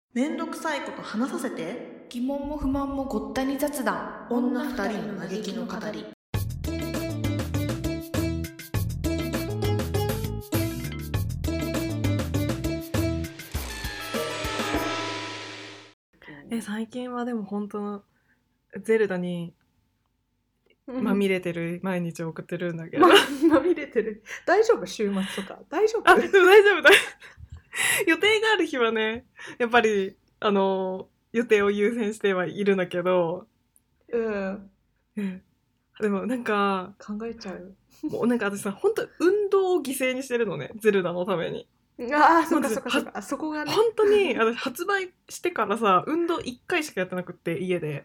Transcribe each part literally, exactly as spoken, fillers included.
めんどくさいこと話させて。 疑問も不満もごったに雑談。 女二人の嘆きの語り。 え最近はでも本当のゼルダにまみれてる毎日を送ってるんだけど、 ま、まみれてる。大丈夫？週末とか大丈夫？ あ、でも大丈夫だ予定がある日はね、やっぱりあの予定を優先してはいるんだけど、 うん、 うん、でもなんか考えちゃう。 もうなんか私さ、本当運動を犠牲にしてるのね、ゼルダのために。 ああ、そっかそっかそっか。あそこがね。 本当に私発売してからさ、運動いっかいしかやってなくって家で。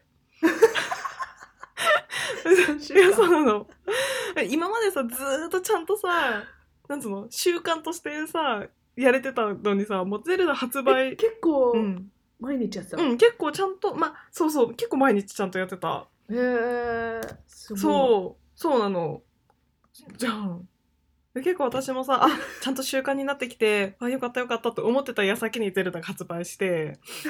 いやそうなの。今までさずーっとちゃんとさ、なんつうの習慣としてさやれてたのにさ、もうゼルダ発売結構、 うん、 毎日やってたうん、結構ちゃんと、まあそうそう結構毎日ちゃんとやってた。 へえ、すごい。 そうそうなのじゃん。結構私もさ、あ、ちゃんと習慣になってきて、あ、よかったよかったと思ってた矢先にゼルダが発売して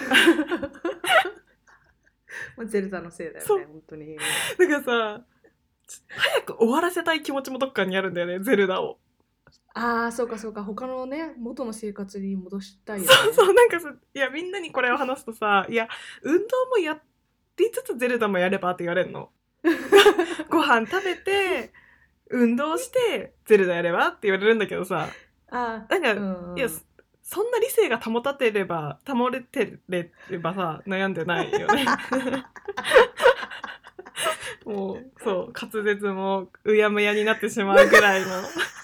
ゼルダのせいだよね、本当に。 だからさ、早く終わらせたい気持ちもどっかにあるんだよね、ゼルダを。 ああ、そうかそうか、他のね、元の生活に戻したいよね。 そうそう、なんかさ、いやみんなにこれを話すとさ、いや運動もやりつつゼルダもやればって言われるのご飯食べて運動してゼルダやればって言われるんだけどさ、 あなんか、 うんうん、 いやそんな理性が保たてれば保れてればさ悩んでないよねもうそう滑舌もうやむやになってしまうぐらいの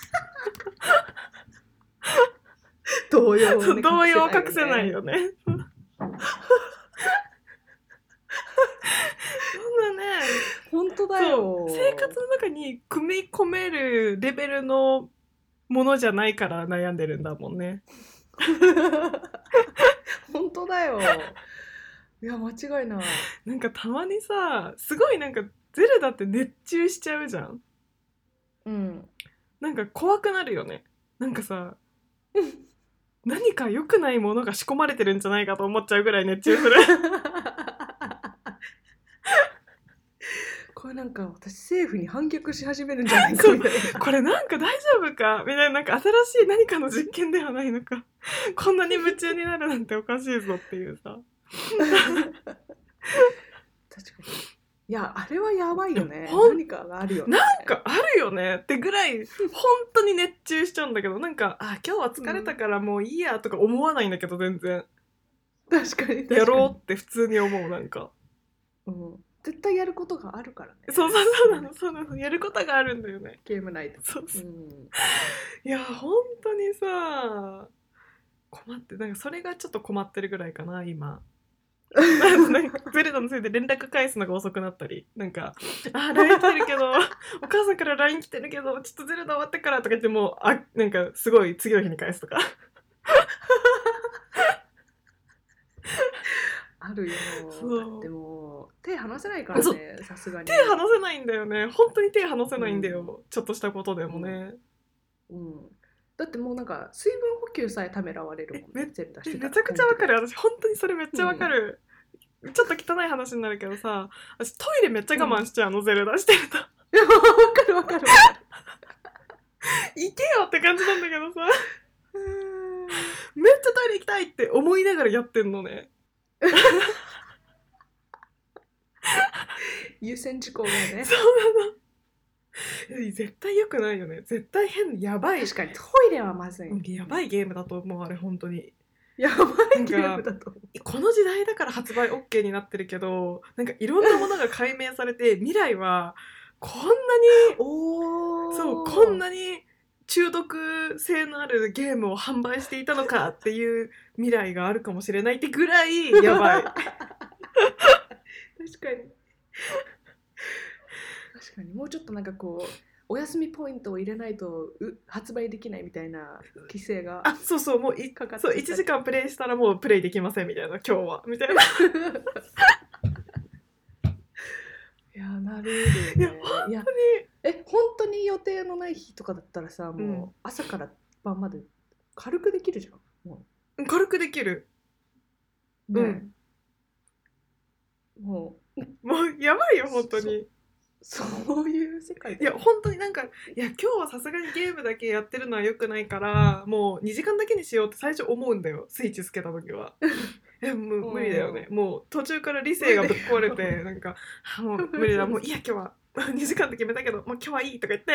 動揺を、ね、 動揺を隠せないよねそんなね、 本当だよ。 生活の中に組み込めるレベルのものじゃないから悩んでるんだもんね本当だよ。いや間違いない。 なんかたまにさ、すごいなんかゼルダって熱中しちゃうじゃん。 うん。 なんか怖くなるよね。なんかさ何か良くないものが仕込まれてるんじゃないかと思っちゃうぐらい熱中するこれなんか私政府に反逆し始めるんじゃないかみたいな。 これなんか大丈夫かみたいな、なんか新しい何かの実験ではないのかこんなに夢中になるなんておかしいぞっていうさ確かに。いやあれはやばいよね。何かがあるよね。 なんかあるよねってぐらい本当に熱中しちゃうんだけど、なんかあ今日は疲れたからもういいやとか思わないんだけど、全然確かに確かにやろうって普通に思う。なんか、 うん、絶対やることがあるからね。 そうそうそうなのそうなの、やることがあるんだよね、 ゲームないと。 そうそう、 うん、 いや本当にさ困って、なんかそれがちょっと困ってるぐらいかな今なんかゼルダのせいで連絡返すのが遅くなったり、なんかあ ライン 来てるけどお母さんから ライン 来てるけどちょっとゼルダ終わってからとか言ってもあなんかすごい次の日に返すとかあるよ。 そうでも手離せないからね、さすがに。 手離せないんだよね、本当に手離せないんだよ、うん、ちょっとしたことでもね、 うん、うん、だってもうなんか水分補給さえためらわれるもんね。 め, ゼルダしてたらめちゃくちゃわかる。私本当にそれめっちゃわかる、うん、ちょっと汚い話になるけどさ、私トイレめっちゃ我慢しちゃうの、うん、ゼルダしてるとわかるわかる行けよって感じなんだけどさめっちゃトイレ行きたいって思いながらやってんのね優先事項がね。 そうなの、絶対良くないよね、絶対変、やばい。 確かにトイレはまずい。 やばいゲームだと思う、あれ本当にやばいゲームだと思う。 この時代だから発売 OK になってるけど、なんかいろんなものが解明されて未来はこんなにおそうこんなに中毒性のあるゲームを販売していたのかっていう未来があるかもしれないってぐらいやばい確かに確かにもうちょっとなんかこうお休みポイントを入れないと発売できないみたいな規制が、 あ、そうそう、もういかかそういちじかんプレイしたらもうプレイできませんみたいな、今日はみたいないやなるほど、ね、 いや本当に、いやえ本当に予定のない日とかだったらさ、もう朝から晩まで軽くできるじゃん。もう軽くできる。 ね、もうもうやばいよ本当に。 そういう世界いや本当になんかいや今日はさすがにゲームだけやってるのは良くないからもうにじかんだけにしようって最初思うんだよ、スイッチつけた時は。えもう無理だよね、もう途中から理性がぶっ壊れてなんかもう無理だ、もういや今日はにじかんって決めたけどもう今日はいいとか言って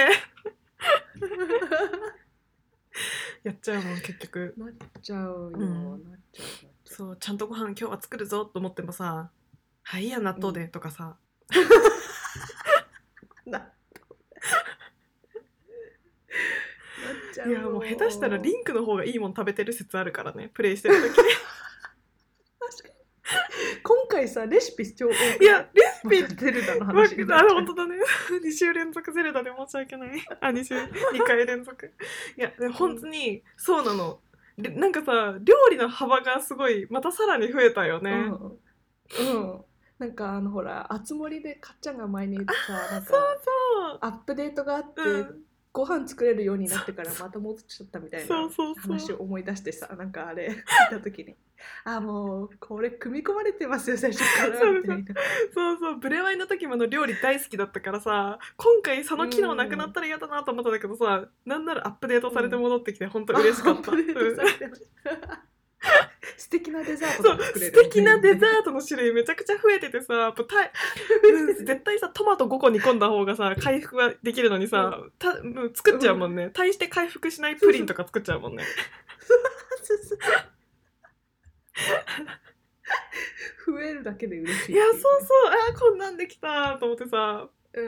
やっちゃうもん結局。 なっちゃうよ、 うん、 なっちゃうなっちゃう。 そうちゃんとご飯今日は作るぞと思ってもさ、はいいや納豆でとかさ、 うん、ないやもう下手したらリンクの方がいいもん食べてる説あるからね、プレイしてる時。 確かに今回さレシピ超多く、 いやレシピゼルダの話になあっちゃう。 本当だねに週連続ゼルダで申し訳ないあに週にかい連続いやで本当にそうなの、でなんかさ料理の幅がすごいまたさらに増えたよね。 うん、うん、なんかあのほらあつ森でかっちゃんが前に言ってさ、なんかそうそうアップデートがあって、 うん、 ご飯作れるようになってからまた戻っちゃったみたいなそうそうそう話を思い出してさ、なんかあれ見た時にあもうこれ組み込まれてますよ最初からそうみたいな。 そうそうブレワイの時もの料理大好きだったからさ、今回その機能なくなったら嫌だなと思ったんだけどさ、なんならアップデートされて戻ってきて本当嬉しかった、 アップデートされてました素敵なデザートそうが作れる素敵なデザートの種類めちゃくちゃ増えててさ、やっぱたうん絶対さトマトごこ煮込んだ方がさ回復はできるのにさ、たもう作っちゃうもんね、対して回復しないプリンとか作っちゃうもんね。 増えるだけで嬉しい。 いやそうそうあこんなんできたと思ってさ、 うん、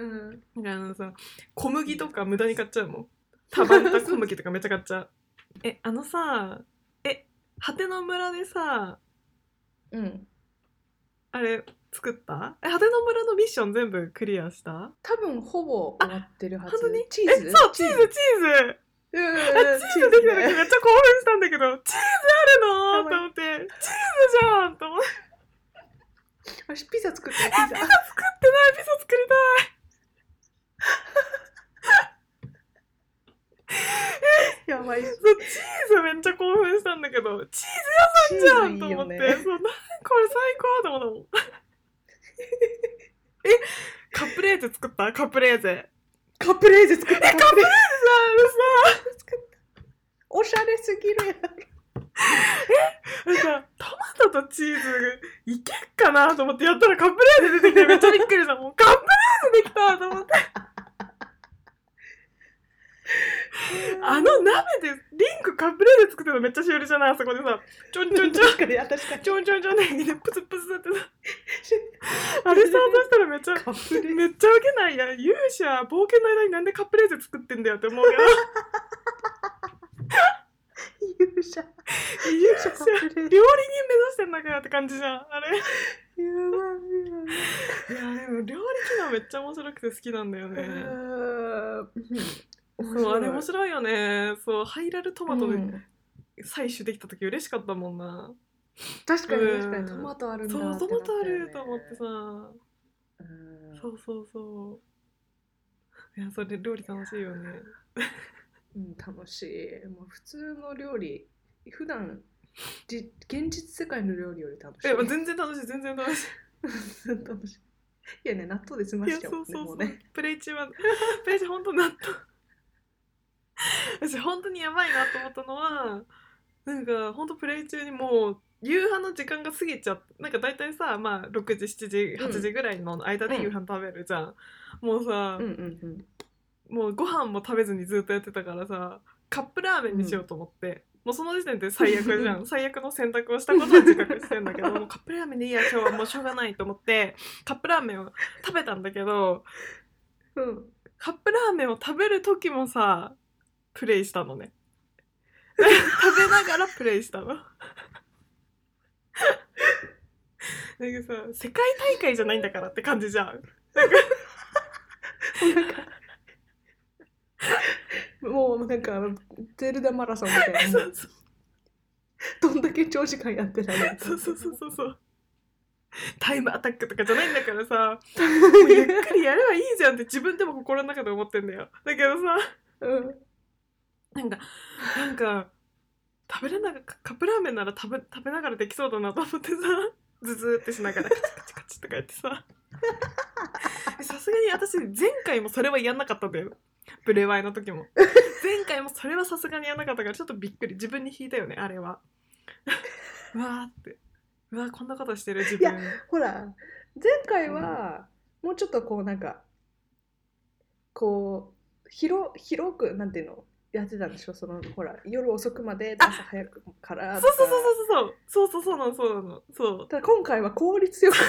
なんかあのさ小麦とか無駄に買っちゃうもん、束ねた小麦とかめっちゃ買っちゃう。えあのさえ果ての村でさうん、 あれ作った？え果ての村のミッション全部クリアした？ 多分ほぼ終わってるはず。 本当に？ チーズ？ えそうチーズチーズうん、 あチーズできた時めっちゃ興奮したんだけど、チーズあるのと思って、チーズじゃんと思って。 私ピザ作ってる。 ピザ作ってない、ピザ作りたい。 やばい。 そうチーズめっちゃ興奮したんだけど、チーズ屋さんじゃんと思って、いい、ね、そうなこれ最高と思ったもん。えカプレーゼ作った？カプレーゼ。 カプレーゼ作った。 えカプレーゼさおしゃれすぎるやん。 えなんかトマトとチーズいけっかなと思ってやったらカプレーゼ出てきてめっちゃびっくりした。もうカプレーゼできたと思って。あの鍋でリンクカプレーゼ作ってるのめっちゃしおりじゃない？あそこでさちょんちょんちょん確かに確かにちょんちょんちょんでプツプツってさあれ想像したらめっちゃめっちゃウケないや。勇者冒険の間になんでカプレーゼ作ってんだよって思うけど勇者勇者料理人目指してんだからって感じじゃんあれ。 やばい。 いやでも料理機能めっちゃ面白くて好きなんだよね。そうあれ面白いよね。そうハイラルトマトで採取できた時嬉しかったもんな。 確かに確かにトマトあるんだってなったよね。 そうトマトあると思ってさ、 うんそうそうそういやそれ料理楽しいよね。 うん、楽しい。もう普通の料理普段じ現実世界の料理より楽しい。 え全然楽しい全然楽しい楽しい。いやね納豆で済ましちゃうもんね。 そうそうそう、 もうねプレイ中はプレイ中ほんと納豆私本当にやばいなと思ったのはなんかほんとプレイ中にもう夕飯の時間が過ぎちゃって、なんか大体さ、まあ、ろくじしちじはちじぐらいの間で夕飯食べるじゃん、うん、もうさ、 うんうんうん、 もうご飯も食べずにずっとやってたからさカップラーメンにしようと思って、うん、もうその時点で最悪じゃん最悪の選択をしたことは自覚してんだけどもうカップラーメンでいいや今日はもうしょうがないと思ってカップラーメンを食べたんだけど、うん、カップラーメンを食べる時もさプレイしたのね食べながらプレイしたのなんかさ世界大会じゃないんだからって感じじゃんなんかもうなんかゼルダマラソンみたいなそうそうどんだけ長時間やってられるそうそうそうそうそうタイムアタックとかじゃないんだからさもうゆっくりやればいいじゃんって自分でも心の中で思ってんだよ。だけどさ、うん、なんかなんか食べれながらカップラーメンなら食べ食べながらできそうだなと思ってさ、ズズーってしながらカチカチカチとかやってさ、さすがに私前回もそれはやんなかったんだよ、ブレワイの時も。前回もそれはさすがにやんなかったからちょっとびっくり、自分に引いたよねあれは。うわーって、うわーこんなことしてる自分。 いやほら前回はもうちょっとこうなんかこう広広くなんていうのやってたんでしょ、そのほら夜遅くまで朝早くからそうそうそうそうそうそうそうそうなのそうなのそう。 ただ今回は効率よく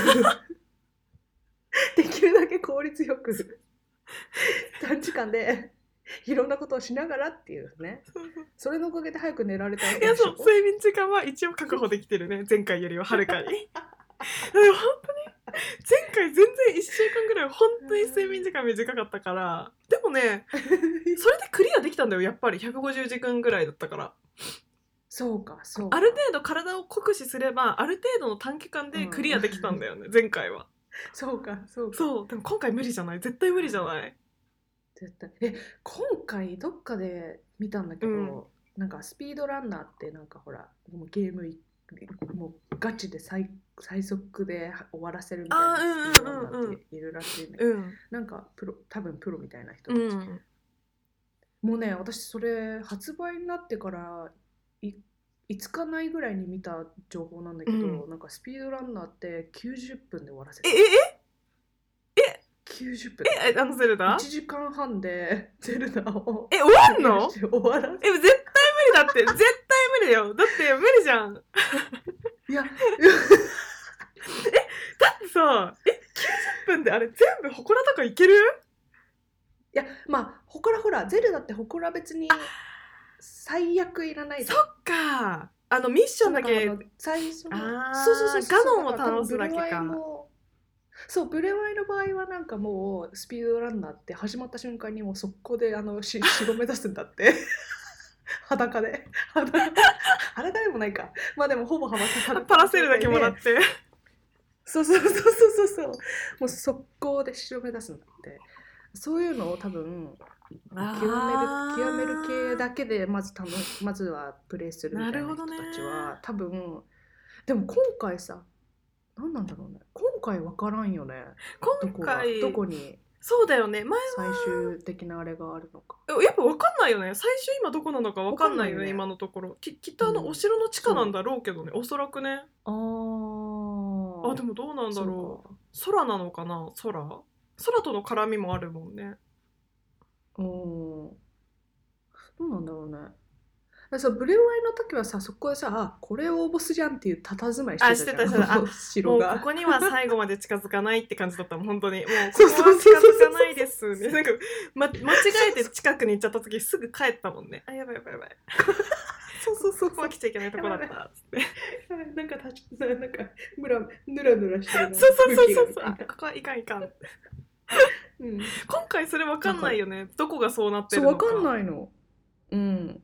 できるだけ効率よく短時間でいろんなことをしながらっていうね、それのおかげで早く寝られたわけいやでしょ。 そう睡眠時間は一応確保できてるね前回よりははるかに。でも本当に前回全然いっしゅうかんぐらい本当に睡眠時間短かったから、でもねそれでクリアできたんだよやっぱり。ひゃくごじゅうじかんぐらいだったから、 そうかそうか、 ある程度体を酷使すればある程度の短期間でクリアできたんだよね、うん、前回は。 そうかそうか。 そうでも今回無理じゃない、絶対無理じゃない。 絶対え今回どっかで見たんだけど、うん、なんかスピードランナーってなんかほらもうゲームもうガチで 最, 最速で終わらせるみたいなスピードランナーっているらしいね、うん、なんかプロ多分プロみたいな人たち、うん、もうね私それ発売になってからいいつかないぐらいに見た情報なんだけど、うん、なんかスピードランナーってきゅうじゅっぷんで終わらせる。 えええきゅうじゅっぷんえあのゼルダいちじかんはんでゼルダをえ終わんの終わらせえ絶対無理だって絶対無理だよだって無理じゃんいやえだってさえきゅうじゅっぷんであれ全部ほこらとかいける？ いやまあほこらほらゼルダってほこら別に最悪いらないじゃん。 そっかあのミッションだけ最初のあそうそうそうそうガノンを倒すだけか。 そうブレワイの場合はなんかもうスピードランナーって始まった瞬間にもう速攻であのし城目指すんだって裸で 裸, 裸でもないかまあでもほぼ裸でパラセルだけもらってそうそうそうそうそうそうもう速攻で城目指すんだって。そういうのを多分極める極める系だけでまずたのまずはプレイするみたいな人たちは、ね、多分でも今回さ何なんだろうね今回分からんよね今回どこにそうだよね前は最終的なあれがあるのかやっぱ分かんないよね最終今どこなのか分かんないよ ね, ね今のところ き, きっとあのお城の地下なんだろうけどね、うん、おそらくねああでもどうなんだろう空なのかな空空との絡みもあるもんね。 うんどうなんだろうね。さブレワイの時はさそこでさあこれ応募すじゃんっていう佇まいしてたじゃん。 あしてたしてたあもうここには最後まで近づかないって感じだったもん本当にもうここは近づかないですねなんか、ま、間違えて近くに行っちゃった時すぐ帰ったもんね。あやばいやばいやばいそうそうそうここは来ちゃいけないとこだったっつってなんかたなんかムラヌラヌラしてるそうそうそうそうそうここはいかんいかんうん、 今回それ分かんないよねどこがそうなってるのか。 そう分かんないの。うん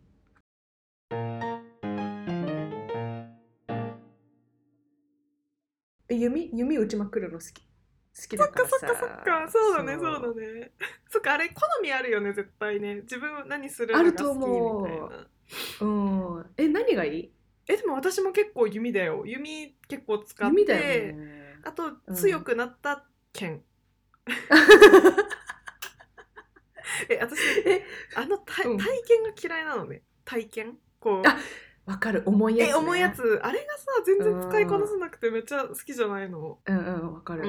弓弓打ちまくるの好き好きだからさ。 そっかそっかそっかそうだねそうだねそっかあれ好みあるよね絶対ね自分何するのが好きみたいな。あると思う。うんえ何がいい？ えでも私も結構弓だよ弓結構使って弓だよね。 あと強くなった剣、うんえ私えあの体、うん、体験が嫌いなのね体験こうあわかる重いやつ、ね、 え重いやつあれがさ全然使いこなせなくてめっちゃ好きじゃないの。 うんうんわかる、うん、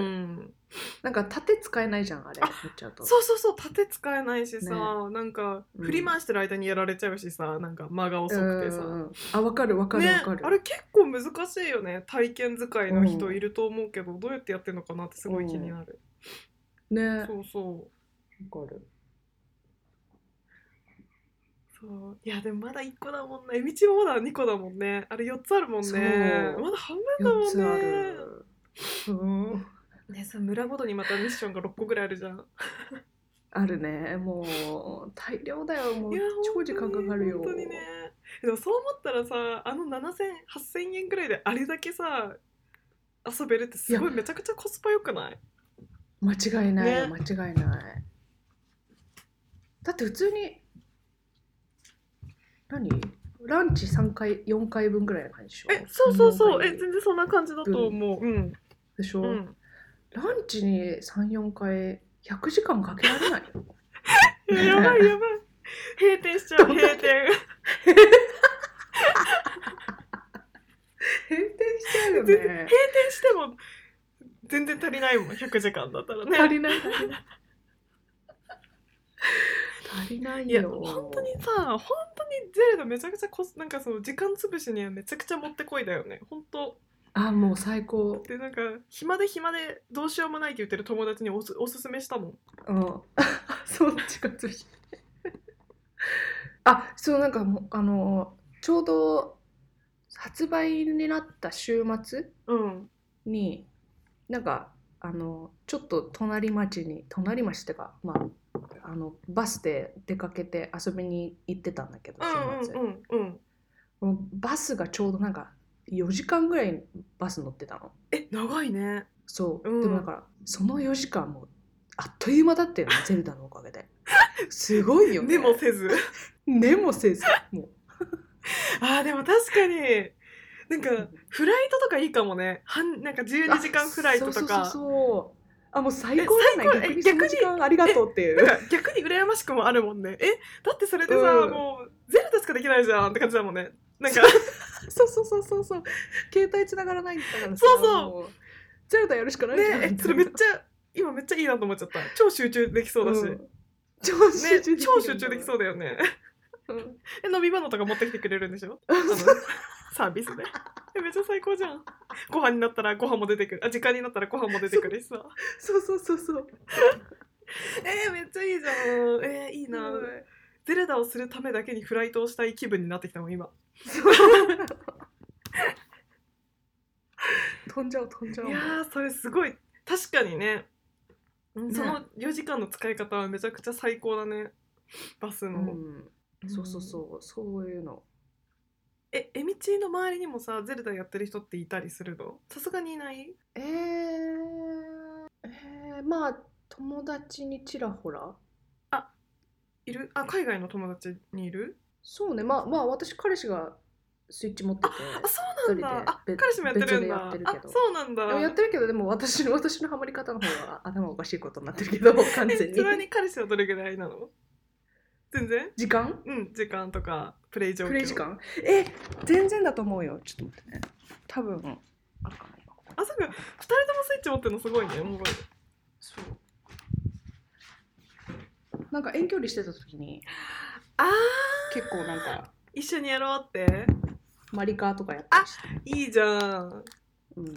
なんか盾使えないじゃんあれあちゃうとそうそうそう盾使えないしさ、ね、なんか振り回してる間にやられちゃうしさなんか間が遅くてさ、うん、 あわかるわかるわかる、 ね、あれ結構難しいよね体験使いの人いると思うけど、うん、どうやってやってるのかなってすごい気になる、 うん、ねそうそうわかる。 そういやでもまだいっこだもんね道もまだにこだもんねあれよっつあるもんねまだ半分だもんねよっつある、うん、ねさ村ごとにまたミッションがろっこぐらいあるじゃんあるねもう大量だよもう超時間かかるよ本当にね。でもそう思ったらさあのななせんはっせんえんぐらいであれだけさ遊べるってすごいめちゃくちゃコスパ良くない？ 間違いない、ね、間違いないだって普通に何ランチさんかいよんかいぶんぐらいの感じでしょ。 えそうそうそうさんよんかいえ全然そんな感じだと思ううんでしょ、 うんランチにさんよんかいひゃくじかんかけられないよいややばいやばい閉店しちゃう閉店閉店しちゃうよ全然ね。 閉店しても全然足りないもんひゃくじかんだったらね足りない足りない足りないいやよ。 本当にさ本当にゼルダめちゃくちゃコスなんかそう時間潰しにはめちゃくちゃもってこいだよね本当あもう最高。 でなんか暇で暇でどうしようもないって言ってる友達におすおすすめしたもんうんそう時間潰しあそうなんかもうあのちょうど発売になった週末うんになんかあのちょっと隣町に隣町ってかまああのバスで出かけて遊びに行ってたんだけど週末、 うんうんうんうんもうバスがちょうどなんかよじかんぐらいバス乗ってたの。 え長いねそう、 うんでもだからそのよじかんもあっという間だったよねゼルダのおかげですごいよね。 寝もせず寝もせずもうあーでも確かになんかフライトとかいいかもねはんなんかじゅうにじかんフライトとかそうそうそうそうあもう最高だね。 え最高逆にその時間ありがとうっていうなんか逆に羨ましくもあるもんねえだってそれでさ、 うんもうゼルダしかできないじゃんって感じだもんねなんかそうそうそうそうそう携帯繋がらないんだからさそうそうもうゼルダやるしかないじゃんねえそれめっちゃ今めっちゃいいなと思っちゃった超集中できそうだし、 うん超ね集中できる超集中できそうだよねうんえ飲み物とか持ってきてくれるんでしょあのサービスでえめっちゃ最高じゃんご飯になったらご飯も出てくるあ時間になったらご飯も出てくるしさそうそうそうそうえー、めっちゃいいじゃんえー、いいな、 うんゼルダをするためだけにフライトをしたい気分になってきたもん今飛んじゃう飛んじゃういやーそれすごい確かにねねそのよじかんの使い方はめちゃくちゃ最高だねバスの、 うんそうそうそうそういうのえエミチーの周りにもさゼルダやってる人っていたりするのさすがにいないえー、えー、まあ友達にちらほらいるあ海外の友達にいるそうねまあまあ私彼氏がスイッチ持っててあそうなんだあ一人で彼氏もやってるん別でだやってるけどあそうなんだでもやってるけどでも私の私のハマり方の方が頭おかしいことになってるけど完全えちなみにに彼氏はどれぐらいなの全然時間うん時間とかプレイ状況プレイ時間え全然だと思うよちょっと待ってね多分あるかな今ここあそうかふたりともスイッチ持ってるのすごいねもうそうなんか遠距離してた時にあー結構なんか一緒にやろうってマリカーとかやったりしていいじゃんうん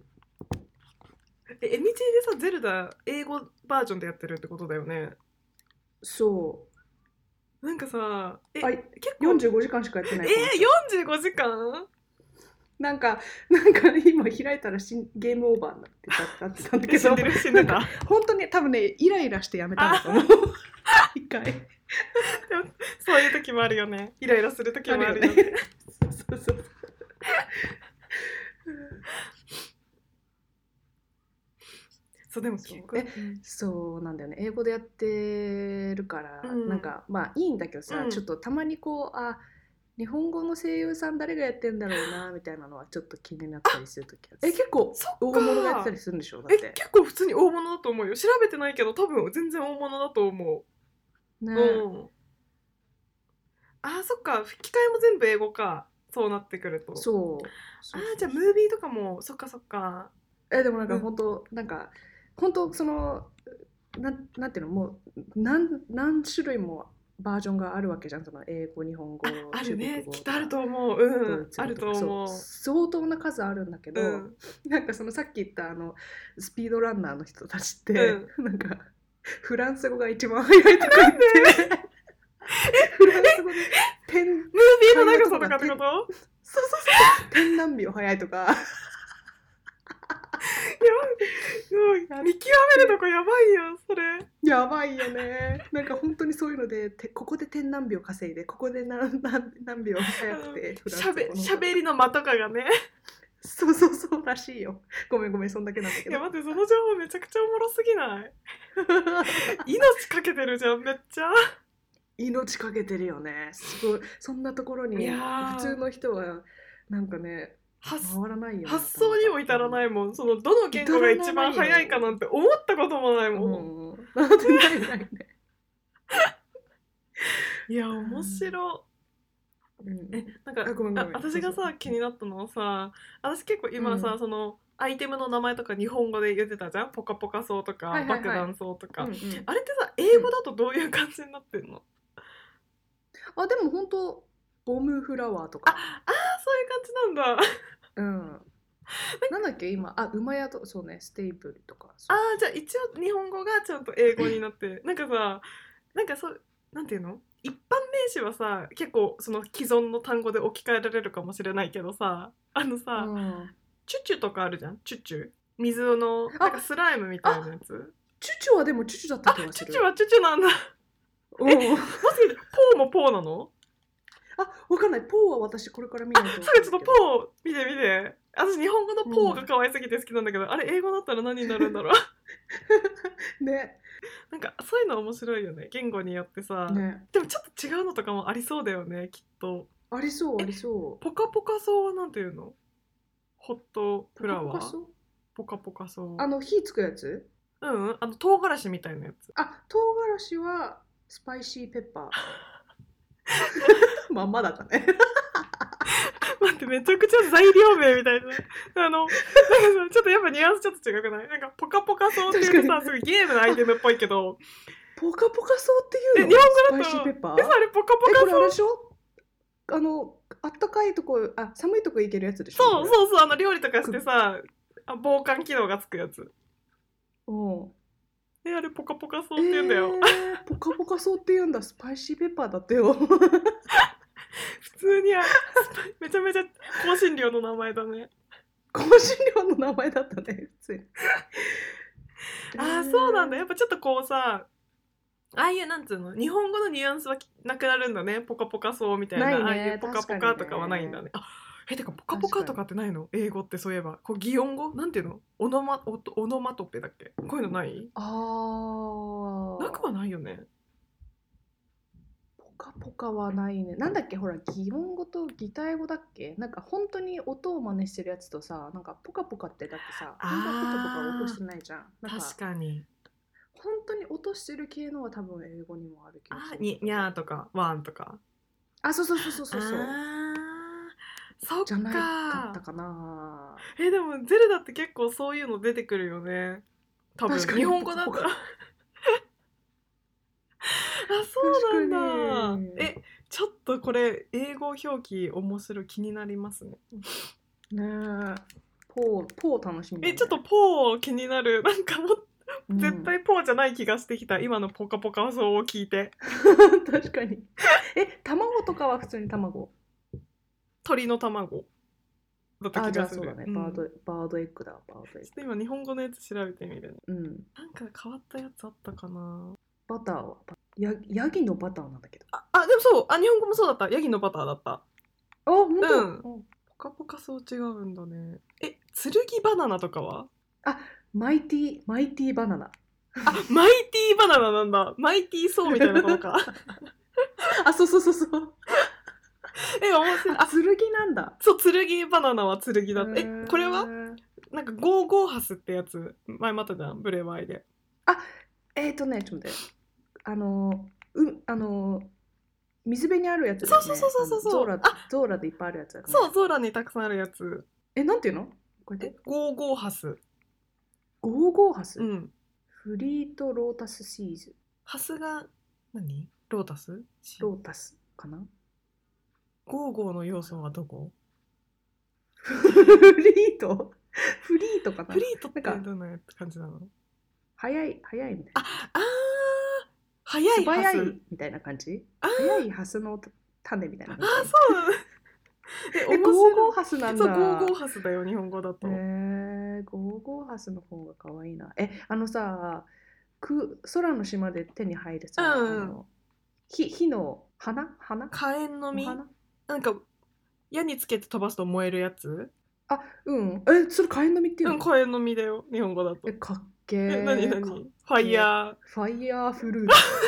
えエミチーでさゼルダ英語バージョンでやってるってことだよねそなんかさえあ結構うよんじゅうごじかんしかやってないえー、よんじゅうごじかんなんかなんか今開いたらしんゲームオーバーになってたってたんだけど死んでる死んでた本当に多分ねイライラしてやめたんだと思う一回でもそういう時もあるよねイライラする時もあるよねあるよねそうそうそうそうでもそう結構えそうなんだよね英語でやってるから、 うんなんかまあいいんだけどさ、 うんちょっとたまにこうあ日本語の声優さん誰がやってんだろうなみたいなのはちょっと気になったりするときあるえ結構そっか大物がやってたりするんでしょだっえて結構普通に大物だと思うよ調べてないけど多分全然大物だと思ね、 う、うんあーそっか吹き替えも全部英語かそうなってくるとそうそうあーじゃあムービーとかもそっかそっかえでもなんかうん本当、なんか本当そのなんなんていうのもう何何種類もバージョンがあるわけじゃんその英語日本語ああるね中国語きっとあると思ううんドイツ語あると思うそう相当な数あるんだけど、 うんなんかそのさっき言ったあのスピードランナーの人たちって、なんかフランス語が一番速いとか言ってフランス語で点ムービーの長さとかってことそうそうそう点何秒速いとかもう見極めるとこやばいよそれやばいよねなんか本当にそういうのでてここで点何秒稼いでここで何何何秒速くてフランス語しゃべのしゃべりの間とかがねそうそうそうらしいよごめんごめんそんだけなんだけどいや待ってその情報めちゃくちゃおもろすぎない命かけてるじゃんめっちゃ命かけてるよね。すごい。そんなところにいやー普通の人はなんかね発回らないよね。 発想にも至らないもん。そのどの言語が一番早いかなんて思ったこともないもん。 うん。なんてないないね。 いや面白。 うんえなんかあごめんごめんあ私がそうそうさ気になったのはさ、私結構今さ、 うんそのアイテムの名前とか日本語で言ってたじゃん。ポカポカそうとか、 はいはいはい爆弾そうとか、 うんうんあれってさ英語だとどういう感じになってんの？ あでも本当ボムフラワーとか。 ああそういう感じなんだ。 うん。なんだっけ今あ馬屋とそうねステイプルとか。 あーじゃあ一応日本語がちゃんと英語になってなんかさなんかそうなんていうの一般名詞はさ結構その既存の単語で置き換えられるかもしれないけどさあのさ、 うん。 チュチュとかあるじゃん。チュチュ水のなんかスライムみたいなやつ。 チュチュはでもチュチュだったあ気がする。 チュチュはチュチュなんだ。 うん。 もしかしてポーもポーなの？ あわかんないポーは私これから見ないと。 それちょっとポー見て見て。私日本語のポーが可愛すぎて好きなんだけど、あれ英語だったら何になるんだろう。 ね。 なんかそういうの面白いよね。言語によってさ。 ね。 でもちょっと違うのとかもありそうだよねきっと。 ありそうありそう。 ポカポカそうはなんていうの？ホットフラワー。 ポカポカそうポカポカそう。 あの火つくやつ？ うんうんあの唐辛子みたいなやつ。 あ唐辛子はスパイシーペッパー。まんまだったね。 待ってめちゃくちゃ材料名みたいな。あのなんかさちょっとやっぱニュアンスちょっと違くない？なんかポカポカそうっていうとさすごいゲームのアイテムっぽいけど。 ポカポカそうっていうの？ え日本語だとスパイシーペッパー？ えそれポカポえこれあカそう。 れでしょ？あのあったかいとこあ寒いとこ行けるやつでしょ？ そうそうそうあの料理とかしてさあ防寒機能がつくやつ。 うん。 えあれポカポカそうって言うんだよ。 えー、ポカポカそうって言うんだ。スパイシーペッパーだってよ。 普通にあめちゃめちゃ香辛料の名前だね。 香辛料の名前だったね普通に。 あーそうなんだ。やっぱちょっとこうさああいうなんつうの日本語のニュアンスはなくなるんだね。ポカポカそうみたいな、 ないねああいうポカポ確かにねカとかはないんだね。あえてかポカポカとかってないの？英語ってそういえばこう擬音語なんていうの？オノマオトオノマトペだっけ？こういうのない？ あーなくはないよね。 ポカポカはないね。なんだっけほら擬音語と擬態語だっけ？なんか本当に音を真似してるやつとさなんかポカポカってだってさあー本当はポカポカ音してないじゃん。なんか確かに。 本当に音してる系のは多分英語にもある気がする。 あににゃーとかワンとか。 あそうそうそうそうそうそう。 あーそっかじゃないかったかな。 えでもゼルダって結構そういうの出てくるよね多分確かに日本語だったら。あそうなんだ。 確かにえちょっとこれ英語表記面白い気になりますね。 ねえポーポー楽しみだね、 えちょっとポー気になる。なんかもううん絶対ポーじゃない気がしてきた、今のポカポカそうを聞いて。 確かに。え卵とかは普通に卵？ 鳥の卵だったあじゃ気がする。 あそうだね、 うんバードバードエッグだバードエッちょっと今日本語のやつ調べてみるね。 グ。うん。 なんか変わったやつあったかな。 バターはやヤギのバターなんだけど。 ああでもそうあ日本語もそうだった。ヤギのバターだった。 あ本当。 うんポカポカそう違うんだね。え剣バナナとかは？ あマイティマイティバナナ。 あマイティーバナナなんだ。マイティーソーみたいなことか。 あそうそうそうそう。 え面白い。あ剣なんだ。 そう剣バナナは剣だった。えこれはへーなんかゴーゴーハスってやつ前またじゃんブレワイで。 えっ、ー、とねちょっと待ってあのうあの水辺にあるやつだよね。 そうそうそうそうそうあのゾーラあゾーラでいっぱいあるやつだよね。 そうゾーラにたくさんあるやつ。 えなんていうの？これえでゴーゴーハス。 ゴーゴーハス、 うんフリートロータスシーズハスが何？ロータス？ ロータスかな。 ゴーゴーの要素はどこ？ フリートフリートかな。 フリートってなんかどんな感じなの？ 早い早いみたいな。 ああー早いハス。 素早いみたいな感じ。 あー早いハスの種みたいなあ感じ。 ーそうなの。 えゴー面白いゴーハスなんだ。 そうゴーゴーハスだよ日本語だと。 えー、ゴーゴーハスの方が可愛いな。えあのさく空の島で手に入るさ、 うんうんあの火火の花花火炎の実お花なんか矢につけて飛ばすと燃えるやつ。 あうんえそれ火炎の実っていうの？ うん火炎の実だよ日本語だと。 えかっけーえ何何かファイヤー。 ファイヤーフルーツ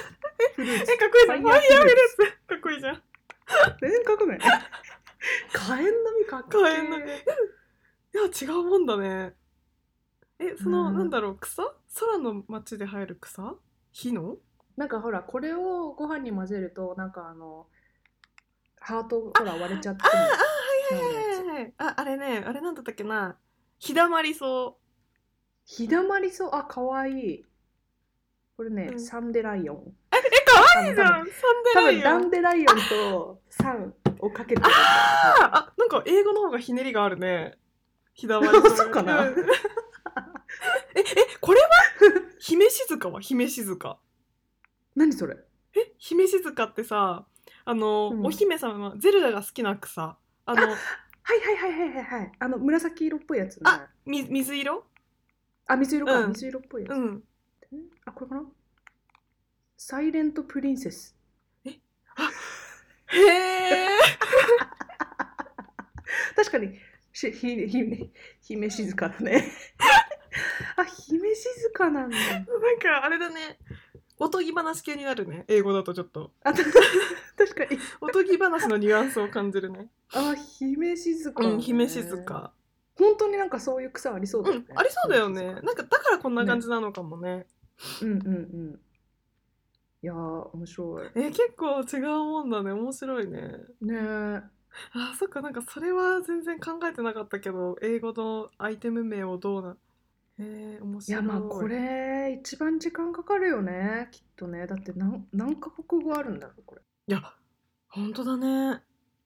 フルーツえ、かっこいいじゃん。ファイヤーフルーツ。かっこいいじゃん。 全然かっこない。火炎の実かっけー。 火炎の実いや、違うもんだね。え、その、 うんなんだろう、草空の街で生える草火のなんかほらこれをご飯に混ぜるとなんかあのハートほら割れちゃってもああ、はいはい治るやつはいはい。あ、あれね、あれなんだったっけな。ひだまりそひだまりそう。あ、かわいい。これね、 うんサンデライオン。 う。え、かわいいじゃん。サンデ多分ライオン。 ダンデライオンとサンをかけてる。 ああ、なんか英語の方がひねりがあるね。ひだまりそうかなうんえ、え、これは姫静かは姫静か。 何それ？ え、姫静かってさ、あの、 うんお姫様、ゼルダが好きな草。あの、 はいはいはいはいはいはい。あの紫色っぽいやつね。 あみ水色あ、水色か、 うん水色っぽいやつ。 うん。 あ、これかな？サイレントプリンセス。 へえ。 確かにしひひ姫静かだね。あ、姫静かなんだ。 なんかあれだね。おとぎ話系になるね。英語だとちょっと。 あ、確かに。 おとぎ話のニュアンスを感じるね。 あ、姫静か、ね。 うん、姫静か。 本当になんかそういう草ありそうだよね。 うん、ありそうだよね。なんかだからこんな感じなのかもね。 うんうんうん。いやー、面白い。 え、結構違うもんだね。面白いね。 ねえ。 あ、そっか、なんかそれは全然考えてなかったけど、英語のアイテム名をどうな。えー、面白い。 いや、まあこれ一番時間かかるよね、きっとね。だって何何カ国語あるんだろう、これ。 いや、ほんとだね。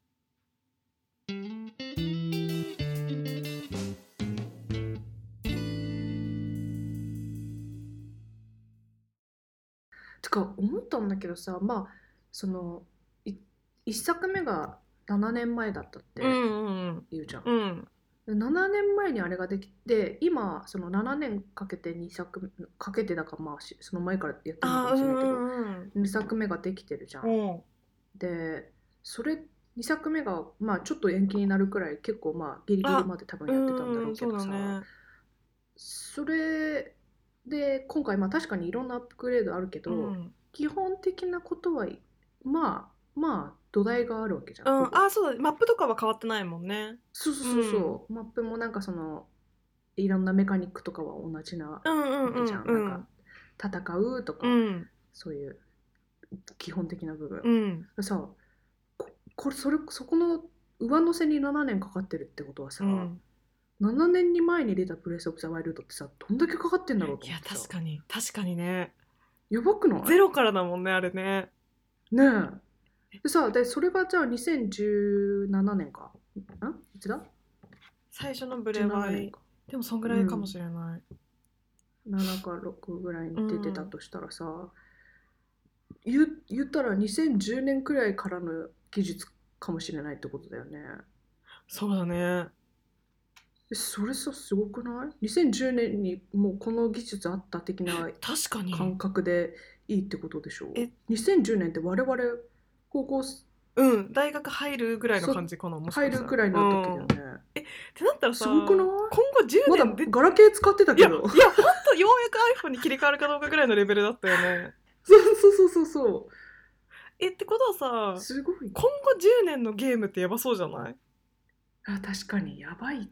てか思ったんだけどさ、まあそのい一作目がななねんまえだったってうんうん言うじゃん。 うん。うん。 でななねんまえにあれができて、今そのななねんかけてにさくかけてだかまあしその前からやってるのかあ、うんもしれないけど、 うんにさくめができてるじゃん。 うん。 でそれにさくめがまあちょっと延期になるくらい結構まあギリギリまで多分やってたんだろうけどさ、 そうだね。 それで今回まあ確かにいろんなアップグレードあるけど、 うん。 基本的なことはまあまあ土台があるわけじゃん。 うん、 ほぼあ、そうだ、マップとかは変わってないもんね。 そうそうそうそう、マップもなんかそのいろんなメカニックとかは同じなわうんうんうんけじゃん。 うん。 なんか戦うとか、 うんそういう基本的な部分、 うんさここれそれそこの上乗せにななねんかかってるってことはさ、 うん。 ななねんに前に出たブレス・オブ・ザ・ワイルドってさどんだけかかってんだろうといや、 思ってさ、 確かに確かにね。 やばくない？ ゼロからだもんね、あれね。 ねえ。でさ、でそれがじゃあにせんじゅうななねんか。んいつだ最初のブレじゅうななワイねんか。 でもそんぐらいかもしれない。 ななかろくぐらいに出てたとしたらさ、言言ったらにせんじゅうねんくらいからの技術かもしれないってことだよね。 そうだね。 えそれさすごくない？ にせんじゅうねんにもうこの技術あった的な確かに。 感覚でいいってことでしょう。 えにせんじゅうねんって我々高校うん、大学入るぐらいの感じかな、もしかしたら入るくらいの時だよね。 うんってなったらさ、 すごくない？ 今後じゅうまだねんで、 ガラケー使ってたいや、 けど。 いや、ほんとようやく iPhone に切り替わるかどうかぐらいのレベルだったよね。 そうそうそうそうそえ、ってことはう。 さ、 すごい。 今後じゅうねんのゲームってやばそうじゃない？ あ、確かにやばいって。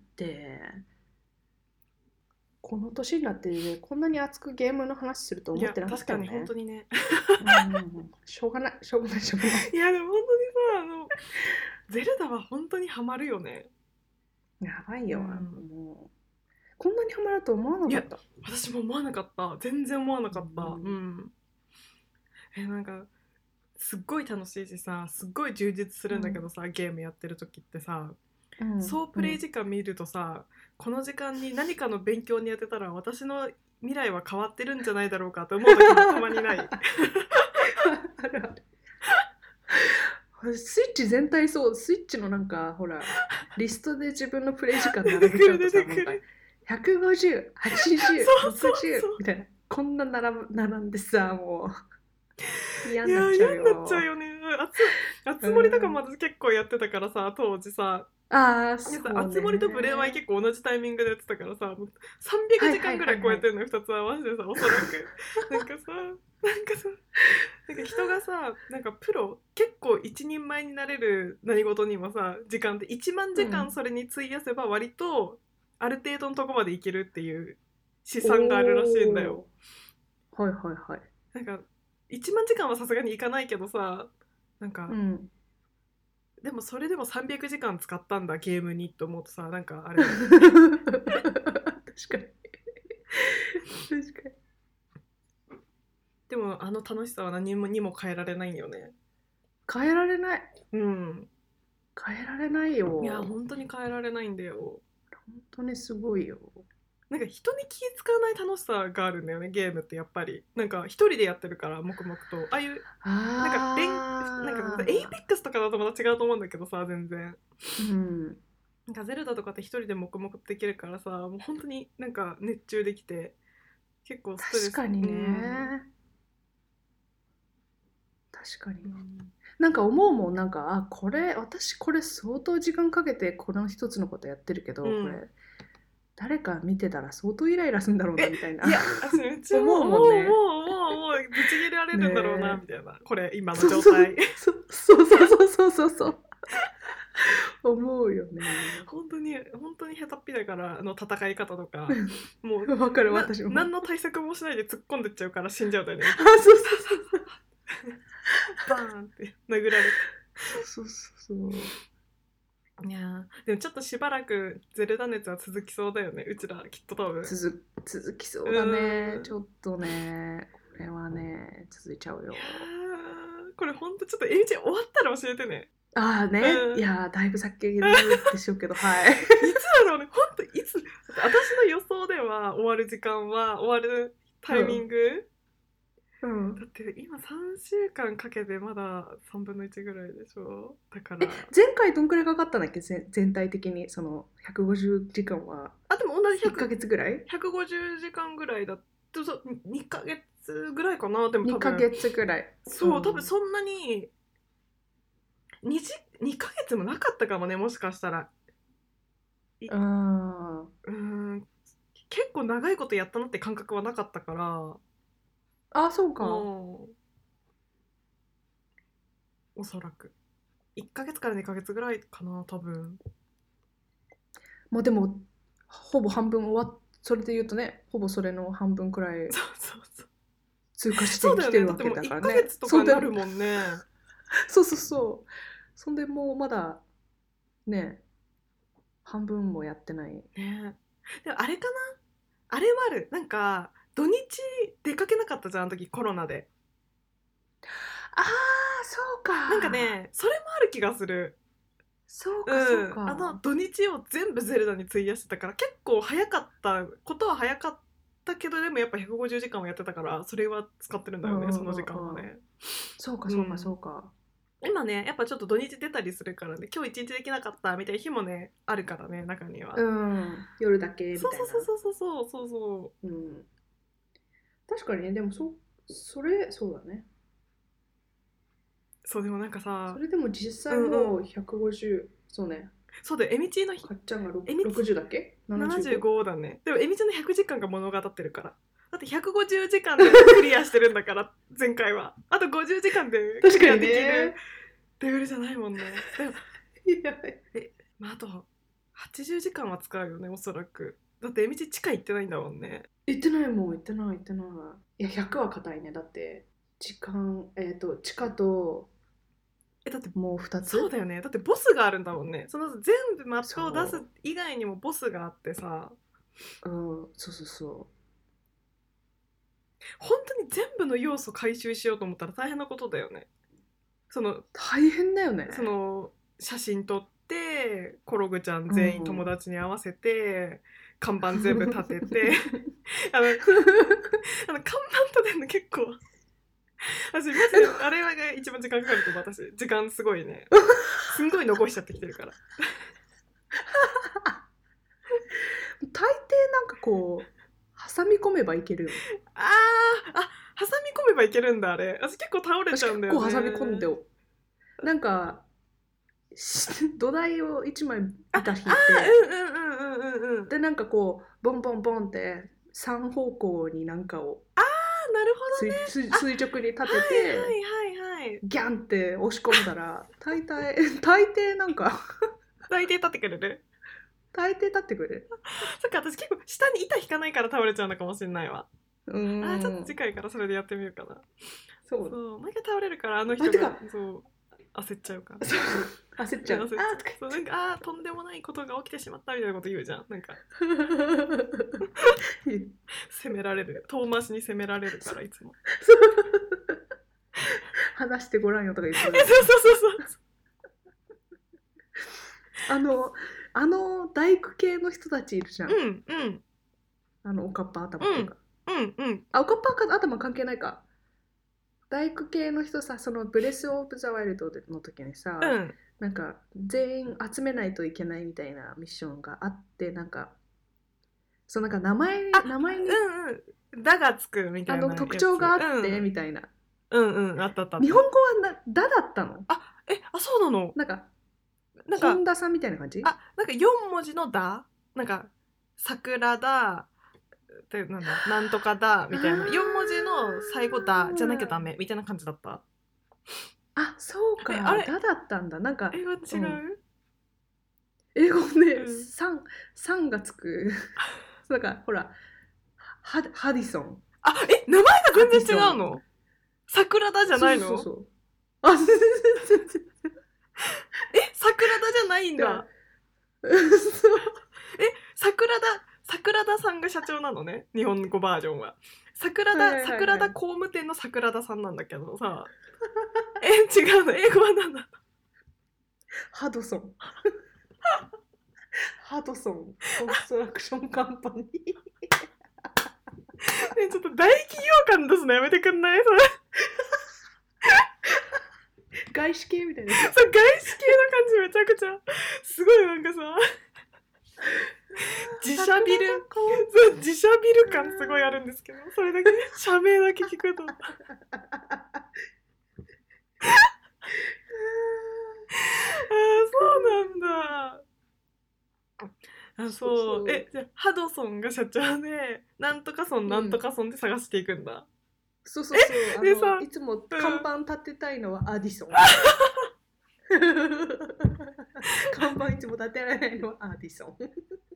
この年になって、こんなに熱くゲームの話するといや、 思ってなかっ確かにたよね。 本当にね。 うんうんうんしょうがない、しょうがない、しょうがない。 いや、でも本当にさ、あの、ゼルダは本当にハマるよね。 やばいよ。 うんもうこんなにハマると思わなかった。 私も思わなかった。全然思わなかった。 うんうん。え、なんか、すっごい楽しいしさ、すっごい充実するんだけどさ、ゲームやってる時ってさ、 うん総プレイ時間見るとさ、この時間に何かの勉強に当てたら私の未来は変わってるんじゃないだろうかと思う時もたまにない。 あるある。スイッチ全体そう、スイッチのなんかほらリストで自分のプレイ時間並べちゃうとさ、 出てくる出てくるなんかひゃくごじゅう、はちじゅう、 そうそうそうろくじゅうみたいな、こんな並ぶ並んでさ、もう嫌いやになっちゃうよ。 嫌になっちゃうよね。あつあつ森とかも私結構やってたからさ、当時さ、 ああ、 でそうさ、あつ森とブレワイ結構同じタイミングでやってたからさ、もうさんびゃくじかんぐらい超えてるのよ、ふたつ合わせてさ、おそらく。なんかさ、なんかさ、なんか人がさ、なんかプロ、結構一人前になれる何事にもさ、時間っていちまん時間それに費やせば割とある程度のとこまでいけるっていう試算があるらしいんだよ。 おーはいはいはい。 なんかいちまん時間はさすがにいかないけどさ、なんか、 うん。 でもそれでもさんびゃくじかん使ったんだゲームにと思うとさ、なんかあれ確かに。確かに。 でもあの楽しさは何もにも変えられないんよね。 変えられない。 うん。 変えられないよ。 いや本当に変えられないんだよ。 本当にすごいよ。 なんか人に気使わない楽しさがあるんだよね、ゲームってやっぱり。なんか一人でやってるから黙々と。ああいうなんかレンなんかエイペックスとかだとまた違うと思うんだけどさ、全然。 うん。 なんかゼルダとかって一人で黙々とできるからさ、もう本当になんか熱中できて結構ストレス。 確かにね。 うん確かに。 うんなんか思うもん、なんか、あ、これ、私これ相当時間かけてこの一つのことやってるけど、 うんこれ、誰か見てたら相当イライラするんだろうな、みたいな。 いや、私めっちゃ思思ううもんねもうもうもうもうぶち切れられるんだろうな、 ねみたいな。これ今のそう状態。 そうそうそうそうそうそうそう思うよね。 本当に本当に下手っぴだからあの戦い方とかもうわかる、 な私も。 何の対策もしないで突っ込んでっちゃうから死んじゃうんだよね。 あ、そうそうそうバーンって殴られそうそうそう。 て。いやーでもちょっとしばらくゼルダ熱は続きそうだよね、うちらきっと多分。 続続きそうだねう。んちょっとね、これはね、続いちゃうよ。 いやーこれほんとちょっとエイジ終わったら教えてね。 ああね、 うんいやーだいぶ先でしょうけど、はい。 いつだろうね、ほんといつ私の予想では終わる時間は終わるタイミング、 うんだって今さんしゅうかんかけてまださんぶんのいちぐらいでしょ。だから前回どんくらいかかったんだっけ、ぜ全体的にそのひゃくごじゅうじかんはあでも同じいっかげつぐらいひゃくごじゅうじかんぐらいだとそうにかげつぐらいかな。でも多分にかげつぐらい。 そう、 ん多分そんなに 2, 時にかげつもなかったかもね、もしかしたら。 あうーん結構長いことやったなって感覚はなかったからーあ、そうか。 うんおそらくいっかげつからにかげつぐらいかな多分。 もうでもほぼ半分終わっそれで言うとね、ほぼそれの半分くらいそうそうそう通過してそうだよね。 きてるわだってもう1 けだからね。 ヶ月とかになるもんね。 そうそうそう。そんでもうまだね、半分もやってない。 ねでもあれかな、あれはある。なんか土日出かけなかったじゃん、あの時コロナで。 ああ、そうか。 なんかねそれもある気がする。 そうかそうか。 ん、あの土日を全部ゼルダに費やしてたから結構早かったことは早かったけど、でもやっぱひゃくごじゅうじかんをやってたからそれは使ってるんだよね、 うんうんうんうんその時間はね。 そうかそうかそうか。 今ねやっぱちょっと土日出たりするからね、今日一日できなかったみたいな日もねあるからね、中には。 うん、夜だけみたいそうな。 そうそうそうそうそうそううん。確かにね、でもそそれそうだね。 そうでもなんかさそれでも実際うんもううんひゃくごじゅう、そうね。 そうだよ、エミチーのかっちゃんがろくえみろくじゅうだっけ？ ななじゅうななじゅうご。 ごだね。でもエミチーのひゃくじかんが物語ってるから、だってひゃくごじゅうじかんでクリアしてるんだから前回はあとごじゅうじかんでクリアできるレベルじゃないもんね。でもいやまあ、あとはちじゅうじかんは使うよねおそらく。だってエミチ地下行ってないんだもんね。 言ってないもん、言ってない言ってない。いやひゃくは硬いね。だって時間えっ、と地下とえだってもうふたつ。 そうだよね、だってボスがあるんだもんね。その全部マップを出す以外にもボスがあってさ、 うん、そうそうそ本当に全部の要素回収しようと思ったら大変なことだよね。そのう。大変だよね。 その写真撮ってコログちゃん全員友達に合わせて、看板全部立ててあのあの看板立てるの結構私マジであれが一番時間かかると思う。私時間すごいねすんごい残しちゃってきてるから大抵なんかこう挟み込めばいけるよね。 あーあ挟み込めばいけるんだあれ。私結構倒れちゃうんだよね。 結構挟み込んでよ。なんか土台をいちまい板引いて、 うんうんうんうんうんうん。 でなんかこうボンボンボンってさん方向になんかをあなるほどね。 垂垂直に立てて、 はいはいはいはい。 ギャンって押し込んだら大体大抵なんか大抵立ってくれる。 大抵立ってくれる。 そっか、私結構下に板引かないから倒れちゃうのかもしれないわ。 うーんあーちょっと次回からそれでやってみようかな。 そうそう毎回倒れるからあの人あてかがそう焦っちゃうから。 焦っちゃう。 焦っちゃうあーとかそうなんかあーとんでもないことが起きてしまったみたいなこと言うじゃん。なんか責められる遠回しに責められるからいつも。 話してごらんよとか言ってえそうそうそうそう。 あのあの大工系の人たちいるじゃん、 うんうんあのおかっぱ頭とか、 うんうんあおかっぱ頭関係ないか。大工系の人さ、そのブレス・オブ・ザ・ワイルドの時にさ、 うんなんか全員集めないといけないみたいなミッションがあって、なんかそうなんか名前名前にうんうんだがつくみたいなあの特徴があってうんみたいな。 うんうんあったあったあった。 日本語はなだだったの？ あえあそうなの。 なんかなんか本田さんみたいな感じ？ あなんかよん文字のだなんか桜だってなんだなんとかだみたいなあーよん文字の最後だじゃなきゃダメみたいな感じだった。 あ、そうか。 えあれだだったんだ。なんか英語違う、 うん英語でうんさん、さんがつくなんかほらハハディソンあえ名前が全然違うの。桜だじゃないの。 そうそうそうあ全然全然え桜田じゃないんだ。 全然そう桜田桜田さんが社長なのね日本語バージョンは。桜田、 はいはいはいはい桜田工務店の桜田さんなんだけどさえ違うの英語はなんだ。 ハドソンハドソンコンストラクションカンパニーねちょっと大企業感出すのやめてくんないそれ。 外資系みたいなそう外資系の感じめちゃくちゃすごいなんかさ自社ビルそう自社ビル感すごいあるんですけどそれだけ社名だけ聞くとあーそうなんだ。あそうそうそうえじゃあハドソンが社長でなんとかソンなんとかソンで探していくんだ。 そうそうそうでさあのいつも看板立てたいのはアディソン看板いつも立てられないのはアディソン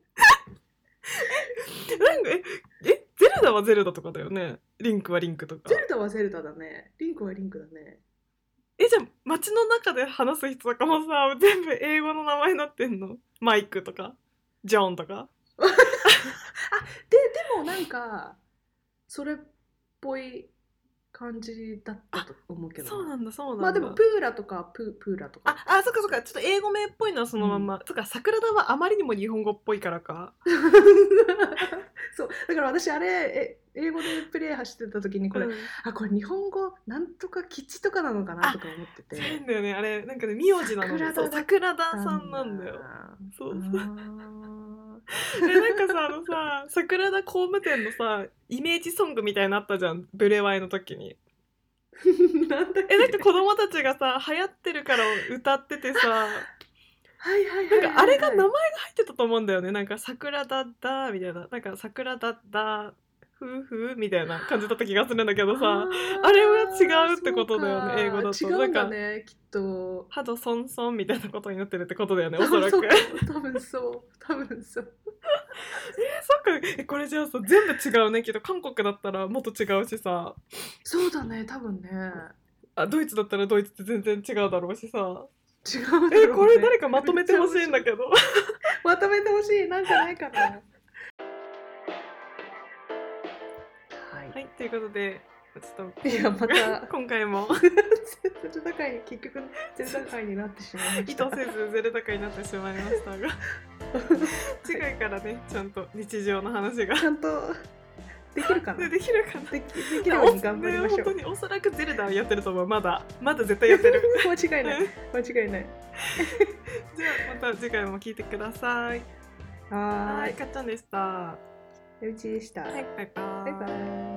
なんかええゼルダはゼルダとかだよね。リンクはリンクとか。 ゼルダはゼルダだね。リンクはリンクだね。 えじゃあ街の中で話す人とかもさ全部英語の名前になってんの。マイクとかジョンとか。 あででもなんかそれっぽい感じだったと思うけどそうなんだそうなんだ。 まあでもプーラとかププーラとかああそっかそっかちょっと英語名っぽいのはそのまんま、うん、そっか桜田はあまりにも日本語っぽいからかそうだから私あれえ英語でプレイ走ってた時にこれ、うん、あこれ日本語なんとか基地とかなのかなとか思っててそうだよねあれなんかね名字なのにそう桜田さんなんだよ。そうそうえなんかさあのさ桜田工務店のさイメージソングみたいになったじゃんブレワイの時になんだっけえなんか子供たちがさ流行ってるから歌っててさはいはいはい、はい、 なんかあれが名前が入ってたと思うんだよね。なんか桜だだみたいななんか桜だだふうふうみたいな感じだった気がするんだけどさ あ, あれは違うってことだよね英語だと。 違うんだねきっと。 ハドソンソンみたいなことになってるってことだよねおそらく。 多分そう多分そうえー、そっかえこれじゃあさ全部違うねけど韓国だったらもっと違うしさ。 そうだね多分ね。 あドイツだったらドイツって全然違うだろうしさ。 違うだろうね。 えこれ誰かまとめてほしいんだけどまとめてほしいなんかないかなはい、 ということでちょっといやまた今回もゼルダ界に結局ゼルダ界になってしまいました。 意図せずゼルダ界になってしまいましたが次回からねちゃんと日常の話がちゃんとできるかな。 できるかな。 できできるように頑張りましょう。 本当におそらくゼルダはやってると思う。まだまだ絶対やってる間違いない間違いないじゃあまた次回も聞いてください。 はーいかっちゃんでした。 うちでした。 はいバイバイ。 バイバイ。